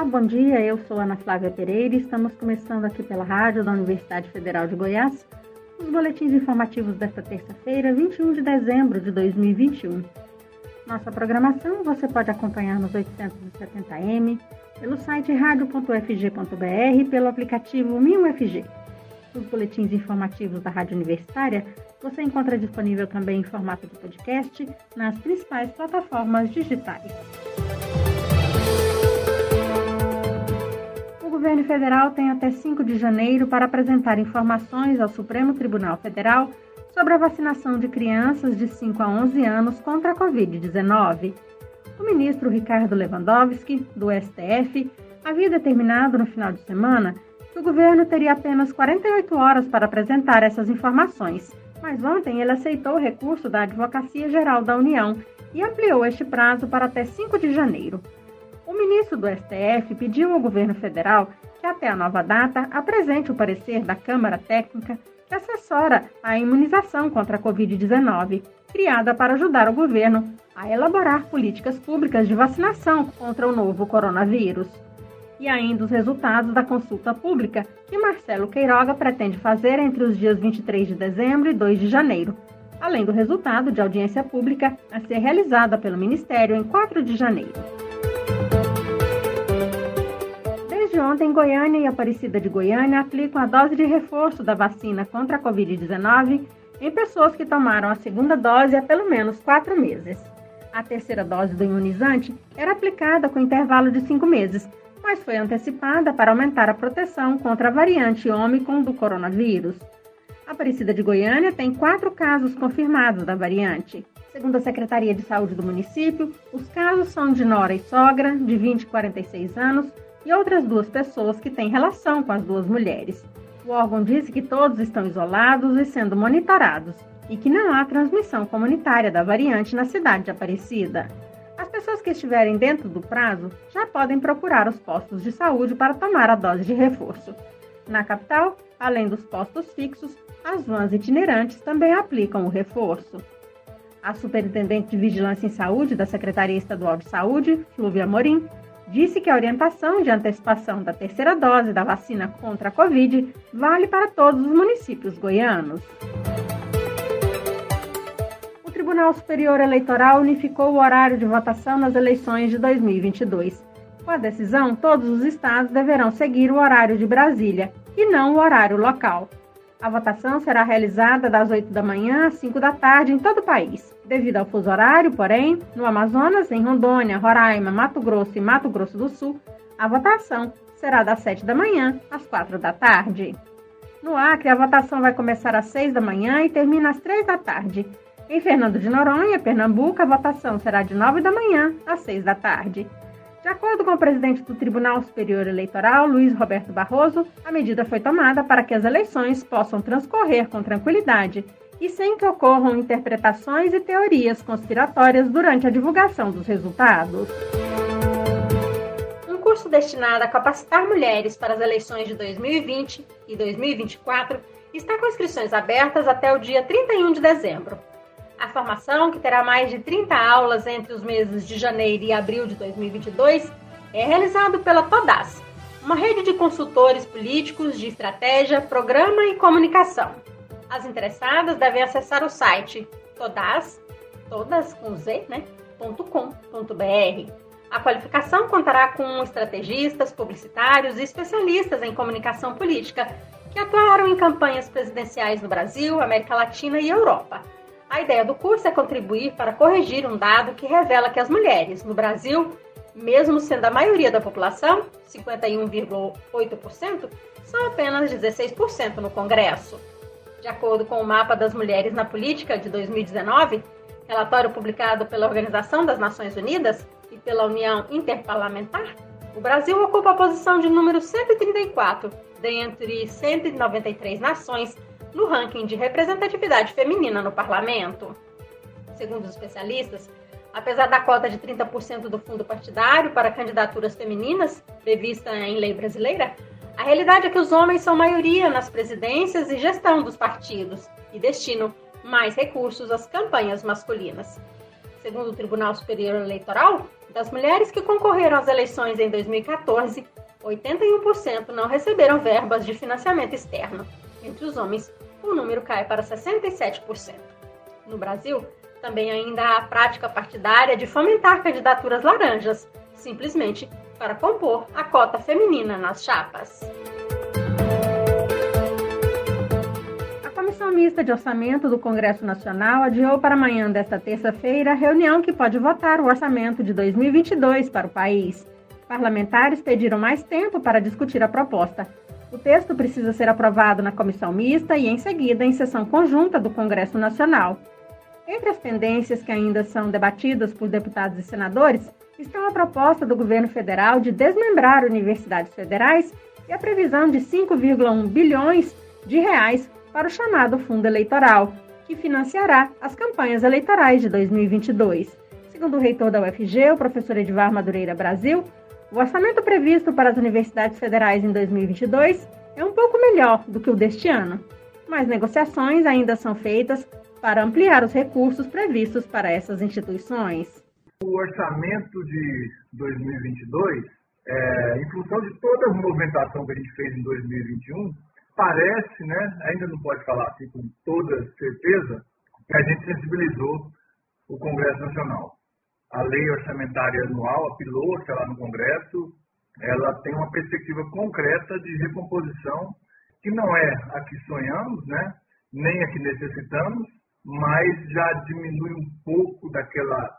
bom dia, eu sou Ana Flávia Pereira e estamos começando aqui pela rádio da Universidade Federal de Goiás os boletins informativos desta terça-feira, 21 de dezembro de 2021. Nossa programação você pode acompanhar nos 870M, pelo site radio.ufg.br e pelo aplicativo MinUFG. Os boletins informativos da Rádio Universitária você encontra disponível também em formato de podcast nas principais plataformas digitais. O governo federal tem até 5 de janeiro para apresentar informações ao Supremo Tribunal Federal sobre a vacinação de crianças de 5 a 11 anos contra a Covid-19. O ministro Ricardo Lewandowski, do STF, havia determinado no final de semana que o governo teria apenas 48 horas para apresentar essas informações, mas ontem ele aceitou o recurso da Advocacia Geral da União e ampliou este prazo para até 5 de janeiro. O ministro do STF pediu ao governo federal que até a nova data apresente o parecer da Câmara Técnica que assessora a imunização contra a Covid-19, criada para ajudar o governo a elaborar políticas públicas de vacinação contra o novo coronavírus. E ainda os resultados da consulta pública que Marcelo Queiroga pretende fazer entre os dias 23 de dezembro e 2 de janeiro, além do resultado de audiência pública a ser realizada pelo Ministério em 4 de janeiro. Desde ontem, Goiânia e Aparecida de Goiânia aplicam a dose de reforço da vacina contra a Covid-19 em pessoas que tomaram a segunda dose há pelo menos 4 meses. A terceira dose do imunizante era aplicada com intervalo de 5 meses, mas foi antecipada para aumentar a proteção contra a variante Ômicron do coronavírus. A Aparecida de Goiânia tem 4 casos confirmados da variante. Segundo a Secretaria de Saúde do município, os casos são de nora e sogra, de 20 e 46 anos, e outras 2 pessoas que têm relação com as 2 mulheres. O órgão disse que todos estão isolados e sendo monitorados, e que não há transmissão comunitária da variante na cidade de Aparecida. As pessoas que estiverem dentro do prazo já podem procurar os postos de saúde para tomar a dose de reforço. Na capital, além dos postos fixos, as vans itinerantes também aplicam o reforço. A superintendente de Vigilância em Saúde da Secretaria Estadual de Saúde, Flúvia Amorim, disse que a orientação de antecipação da terceira dose da vacina contra a Covid vale para todos os municípios goianos. O Tribunal Superior Eleitoral unificou o horário de votação nas eleições de 2022. Com a decisão, todos os estados deverão seguir o horário de Brasília e não o horário local. A votação será realizada das 8 da manhã às 5 da tarde em todo o país. Devido ao fuso horário, porém, no Amazonas, em Rondônia, Roraima, Mato Grosso e Mato Grosso do Sul, a votação será das 7 da manhã às 4 da tarde. No Acre, a votação vai começar às 6 da manhã e termina às 3 da tarde. Em Fernando de Noronha, Pernambuco, a votação será de 9 da manhã às 6 da tarde. De acordo com o presidente do Tribunal Superior Eleitoral, Luiz Roberto Barroso, a medida foi tomada para que as eleições possam transcorrer com tranquilidade e sem que ocorram interpretações e teorias conspiratórias durante a divulgação dos resultados. Um curso destinado a capacitar mulheres para as eleições de 2020 e 2024 está com inscrições abertas até o dia 31 de dezembro. A formação, que terá mais de 30 aulas entre os meses de janeiro e abril de 2022, é realizada pela TODAS, uma rede de consultores políticos de estratégia, programa e comunicação. As interessadas devem acessar o site todas.com.br. A qualificação contará com estrategistas, publicitários e especialistas em comunicação política que atuaram em campanhas presidenciais no Brasil, América Latina e Europa. A ideia do curso é contribuir para corrigir um dado que revela que as mulheres, no Brasil, mesmo sendo a maioria da população, 51,8%, são apenas 16% no Congresso. De acordo com o Mapa das Mulheres na Política de 2019, relatório publicado pela Organização das Nações Unidas e pela União Interparlamentar, o Brasil ocupa a posição de número 134, dentre 193 nações, no ranking de representatividade feminina no parlamento. Segundo os especialistas, apesar da cota de 30% do fundo partidário para candidaturas femininas, prevista em lei brasileira, a realidade é que os homens são maioria nas presidências e gestão dos partidos e destinam mais recursos às campanhas masculinas. Segundo o Tribunal Superior Eleitoral, das mulheres que concorreram às eleições em 2014, 81% não receberam verbas de financiamento externo. Entre os homens, o número cai para 67%. No Brasil, também ainda há a prática partidária de fomentar candidaturas laranjas, simplesmente para compor a cota feminina nas chapas. A Comissão Mista de Orçamento do Congresso Nacional adiou para amanhã desta terça-feira a reunião que pode votar o orçamento de 2022 para o país. Parlamentares pediram mais tempo para discutir a proposta. O texto precisa ser aprovado na Comissão Mista e, em seguida, em sessão conjunta do Congresso Nacional. Entre as pendências que ainda são debatidas por deputados e senadores estão a proposta do governo federal de desmembrar universidades federais e a previsão de 5,1 bilhões de reais para o chamado Fundo Eleitoral, que financiará as campanhas eleitorais de 2022. Segundo o reitor da UFG, o professor Edivar Madureira Brasil, o orçamento previsto para as universidades federais em 2022 é um pouco melhor do que o deste ano, mas negociações ainda são feitas para ampliar os recursos previstos para essas instituições. O orçamento de 2022, em função de toda a movimentação que a gente fez em 2021, parece, ainda não pode falar assim com toda certeza, que a gente sensibilizou o Congresso Nacional. A lei orçamentária anual, a piloto lá no Congresso, ela tem uma perspectiva concreta de recomposição, que não é a que sonhamos, nem a que necessitamos, mas já diminui um pouco daquela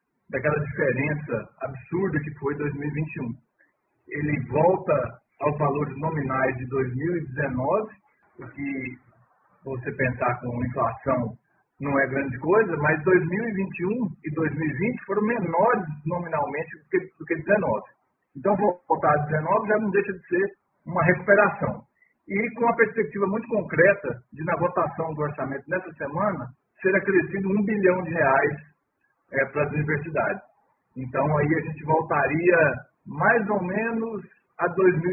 diferença absurda que foi 2021. Ele volta aos valores nominais de 2019, o que, se você pensar com inflação, não é grande coisa, mas 2021 e 2020 foram menores nominalmente do que 2019. Então, voltar a 2019 já não deixa de ser uma recuperação. E com uma perspectiva muito concreta de, na votação do orçamento nessa semana, ser acrescido R$1 bilhão para as universidades. Então, aí a gente voltaria mais ou menos a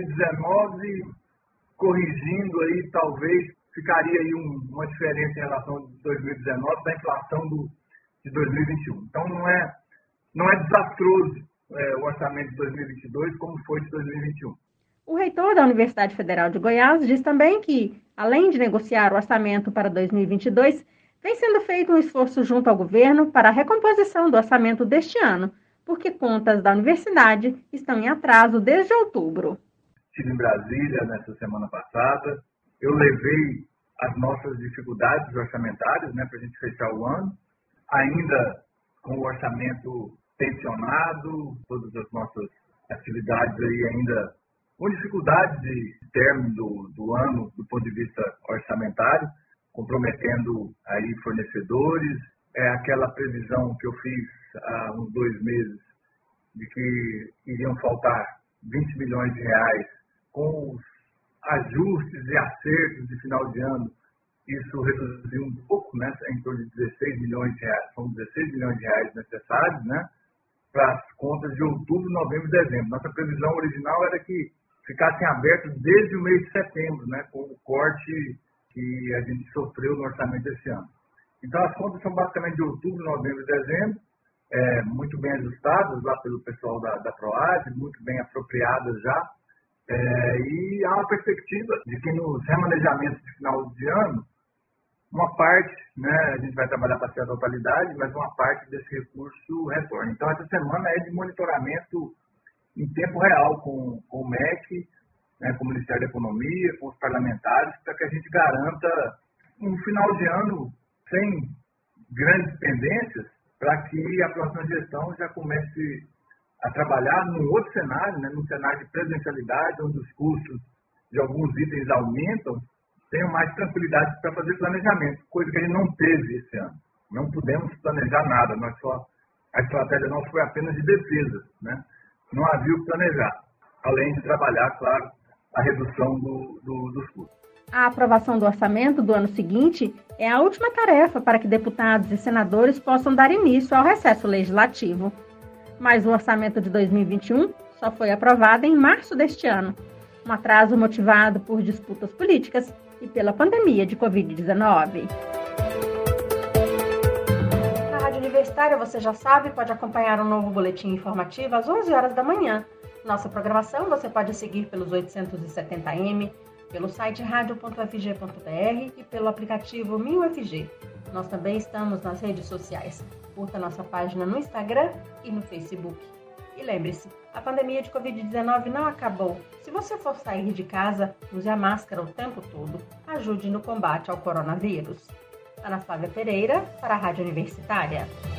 2019, corrigindo aí, talvez, ficaria aí uma diferença em relação a 2019 da inflação de 2021. Então, não é desastroso o orçamento de 2022 como foi de 2021. O reitor da Universidade Federal de Goiás diz também que, além de negociar o orçamento para 2022, vem sendo feito um esforço junto ao governo para a recomposição do orçamento deste ano, porque contas da universidade estão em atraso desde outubro. Estive em Brasília nessa semana passada. Eu levei as nossas dificuldades orçamentárias para a gente fechar o ano, ainda com o orçamento tensionado, todas as nossas atividades aí ainda com dificuldade de término do ano do ponto de vista orçamentário, comprometendo aí fornecedores. Aquela previsão que eu fiz há uns 2 meses de que iriam faltar 20 milhões de reais com os ajustes e acertos de final de ano, isso reduziu um pouco, em torno de 16 milhões de reais. São 16 milhões de reais necessários, para as contas de outubro, novembro e dezembro. Nossa previsão original era que ficassem abertos desde o mês de setembro, com o corte que a gente sofreu no orçamento desse ano. Então, as contas são basicamente de outubro, novembro e dezembro, muito bem ajustadas lá pelo pessoal da PROAD, muito bem apropriadas já. E há uma perspectiva de que nos remanejamentos de final de ano, uma parte, a gente vai trabalhar para ser a totalidade, mas uma parte desse recurso retorna. Então, essa semana é de monitoramento em tempo real com o MEC, com o Ministério da Economia, com os parlamentares, para que a gente garanta um final de ano sem grandes pendências, para que a próxima gestão já comece a trabalhar num outro cenário, num cenário de presencialidade, onde os custos de alguns itens aumentam, tenham mais tranquilidade para fazer planejamento, coisa que a gente não teve esse ano. Não pudemos planejar nada, a estratégia nossa foi apenas de defesa, Não havia o que planejar, além de trabalhar, claro, a redução dos custos. A aprovação do orçamento do ano seguinte é a última tarefa para que deputados e senadores possam dar início ao recesso legislativo. Mas o orçamento de 2021 só foi aprovado em março deste ano, um atraso motivado por disputas políticas e pela pandemia de Covid-19. Universitária, você já sabe, pode acompanhar um novo boletim informativo às 11 horas da manhã. Nossa programação você pode seguir pelos 870M, pelo site radio.ufg.br e pelo aplicativo MinUFG. Nós também estamos nas redes sociais. Curta nossa página no Instagram e no Facebook. E lembre-se, a pandemia de Covid-19 não acabou. Se você for sair de casa, use a máscara o tempo todo. Ajude no combate ao coronavírus. Ana Flávia Pereira, para a Rádio Universitária.